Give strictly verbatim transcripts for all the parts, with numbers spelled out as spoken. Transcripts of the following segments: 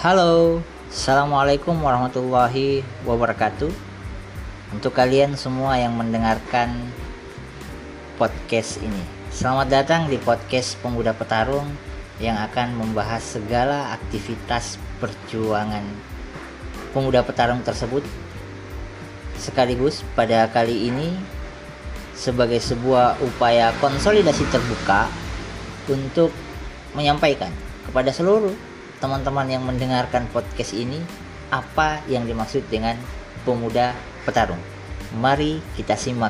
Halo, Assalamualaikum warahmatullahi wabarakatuh. Untuk kalian semua yang mendengarkan podcast ini, selamat datang di podcast Pemuda Petarung yang akan membahas segala aktivitas perjuangan pemuda petarung tersebut. Sekaligus pada kali ini sebagai sebuah upaya konsolidasi terbuka untuk menyampaikan kepada seluruh teman-teman yang mendengarkan podcast ini apa yang dimaksud dengan pemuda petarung. Mari kita simak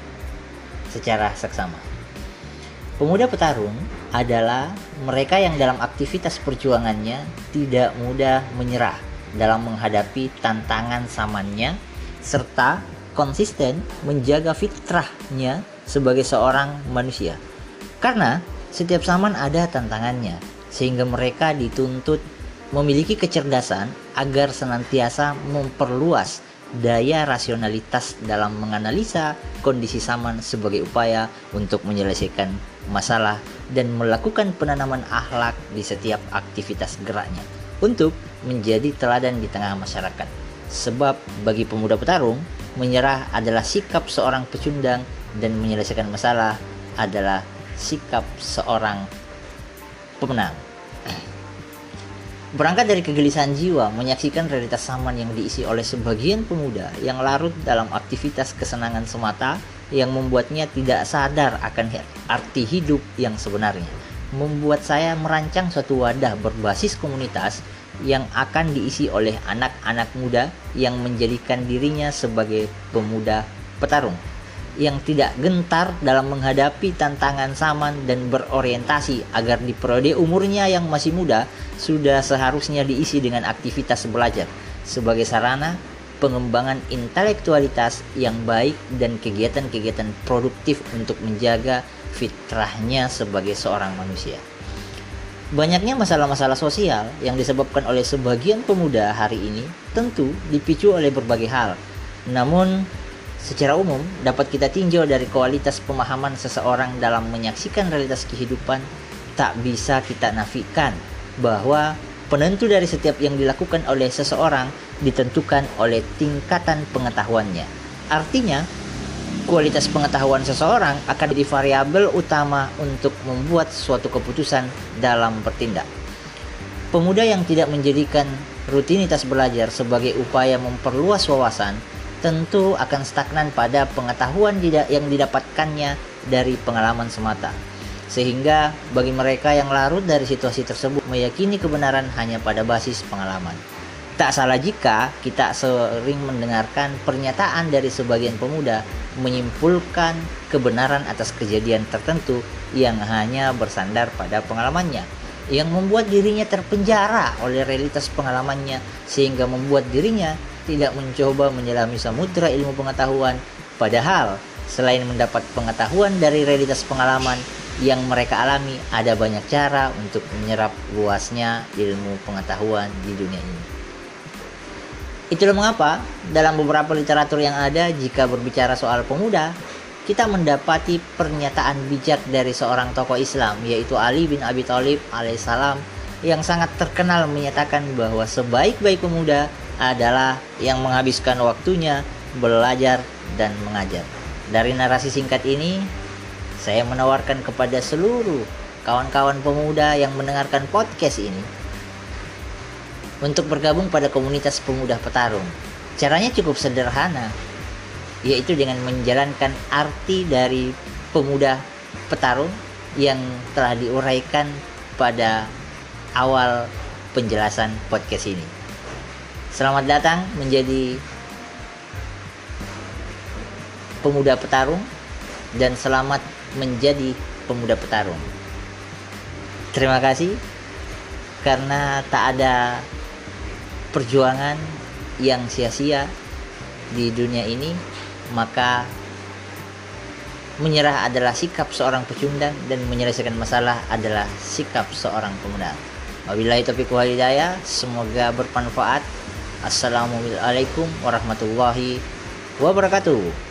secara seksama. Pemuda petarung adalah mereka yang dalam aktivitas perjuangannya tidak mudah menyerah dalam menghadapi tantangan zamannya serta konsisten menjaga fitrahnya sebagai seorang manusia. Karena setiap zaman ada tantangannya, sehingga mereka dituntut memiliki kecerdasan agar senantiasa memperluas daya rasionalitas dalam menganalisa kondisi zaman sebagai upaya untuk menyelesaikan masalah dan melakukan penanaman akhlak di setiap aktivitas geraknya untuk menjadi teladan di tengah masyarakat. Sebab bagi pemuda petarung, menyerah adalah sikap seorang pecundang dan menyelesaikan masalah adalah sikap seorang pemenang. Berangkat dari kegelisahan jiwa menyaksikan realitas zaman yang diisi oleh sebagian pemuda yang larut dalam aktivitas kesenangan semata yang membuatnya tidak sadar akan arti hidup yang sebenarnya, membuat saya merancang suatu wadah berbasis komunitas yang akan diisi oleh anak-anak muda yang menjadikan dirinya sebagai pemuda petarung yang tidak gentar dalam menghadapi tantangan zaman dan berorientasi agar di periode umurnya yang masih muda sudah seharusnya diisi dengan aktivitas belajar sebagai sarana pengembangan intelektualitas yang baik dan kegiatan-kegiatan produktif untuk menjaga fitrahnya sebagai seorang manusia. Banyaknya masalah-masalah sosial yang disebabkan oleh sebagian pemuda hari ini tentu dipicu oleh berbagai hal. Namun secara umum dapat kita tinjau dari kualitas pemahaman seseorang dalam menyaksikan realitas kehidupan. Tak bisa kita nafikan bahwa penentu dari setiap yang dilakukan oleh seseorang ditentukan oleh tingkatan pengetahuannya. Artinya, kualitas pengetahuan seseorang akan menjadi variabel utama untuk membuat suatu keputusan dalam bertindak. Pemuda yang tidak menjadikan rutinitas belajar sebagai upaya memperluas wawasan tentu akan stagnan pada pengetahuan yang didapatkannya dari pengalaman semata. Sehingga bagi mereka yang larut dari situasi tersebut meyakini kebenaran hanya pada basis pengalaman. Tak salah jika kita sering mendengarkan pernyataan dari sebagian pemuda menyimpulkan kebenaran atas kejadian tertentu yang hanya bersandar pada pengalamannya, yang membuat dirinya terpenjara oleh realitas pengalamannya sehingga membuat dirinya tidak mencoba menyelami samudera ilmu pengetahuan. Padahal selain mendapat pengetahuan dari realitas pengalaman yang mereka alami, ada banyak cara untuk menyerap luasnya ilmu pengetahuan di dunia ini. Itulah mengapa dalam beberapa literatur yang ada, jika berbicara soal pemuda, kita mendapati pernyataan bijak dari seorang tokoh Islam, yaitu Ali bin Abi Thalib alaihissalam, yang sangat terkenal menyatakan bahwa sebaik-baik pemuda adalah yang menghabiskan waktunya belajar dan mengajar. Dari narasi singkat ini, saya menawarkan kepada seluruh kawan-kawan pemuda yang mendengarkan podcast ini untuk bergabung pada komunitas pemuda petarung. Caranya cukup sederhana, yaitu dengan menjalankan arti dari pemuda petarung yang telah diuraikan pada awal penjelasan podcast ini. Selamat datang menjadi pemuda petarung dan selamat menjadi pemuda petarung. Terima kasih, karena tak ada perjuangan yang sia-sia di dunia ini, maka menyerah adalah sikap seorang pecundang dan menyelesaikan masalah adalah sikap seorang pemenang. Wabillahi taufiq wal hidayah, semoga bermanfaat. Assalamualaikum warahmatullahi wabarakatuh.